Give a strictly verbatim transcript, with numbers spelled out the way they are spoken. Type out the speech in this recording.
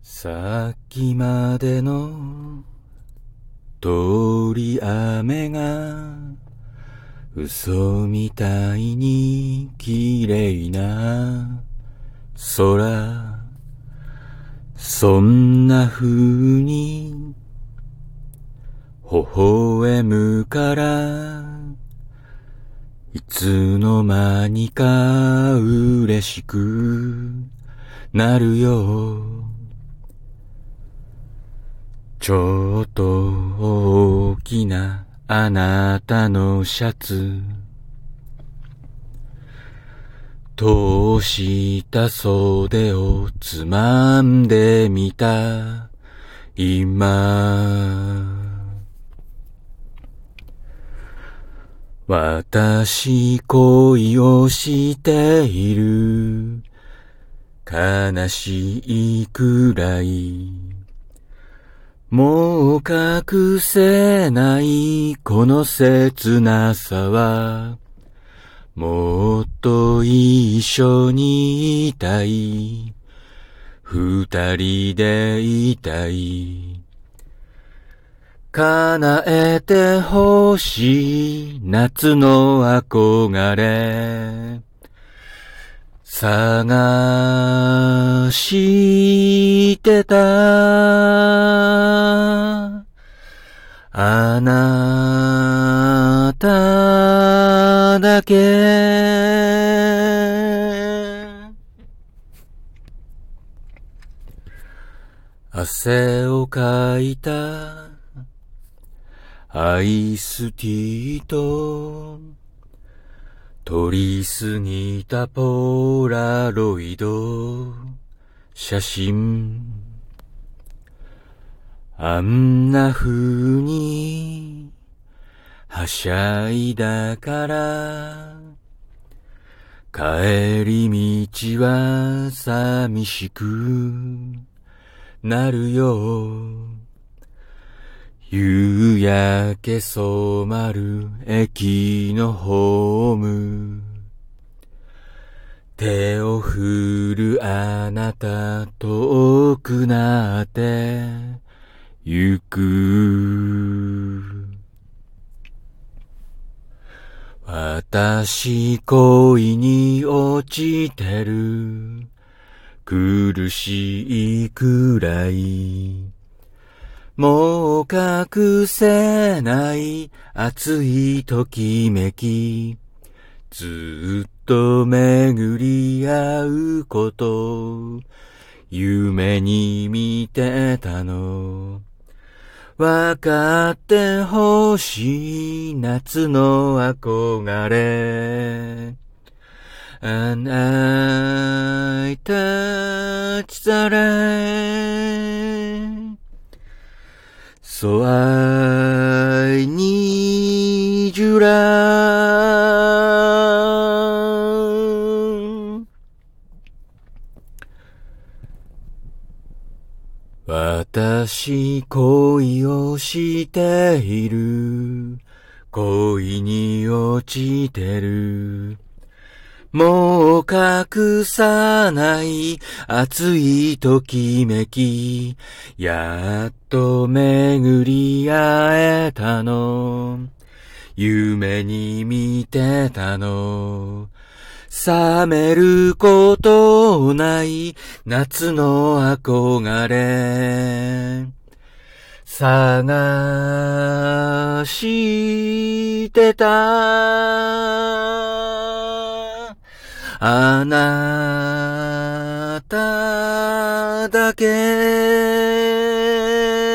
さっきまでの通り雨が嘘みたいに綺麗な空、そんな風に微笑むからいつの間にか嬉しくなるよ。ちょっと大きなあなたのシャツ、通した袖をつまんでみた今、私恋をしている、悲しいくらいもう隠せないこの切なさは、もっと一緒にいたい、二人でいたい、叶えてほしい夏の憧れ、探してたあなただけ。汗をかいたアイスティーと撮りすぎたポラロイド写真、あんな風にはしゃいだから帰り道は寂しくなるよ。夕焼け染まる駅のホーム、手を振るあなた遠くなってゆく。私恋に落ちてる、苦しいくらいもう隠せない熱いときめき、ずっと巡り合うこと夢に見てたの、わかってほしい夏の憧れ。And I touch the rain, so I need you love. 私恋をしている、恋に落ちてる、もう隠さない熱いときめき、やっと巡り会えたの、夢に見てたの、冷めることない夏の憧れ、探してたあなただけ。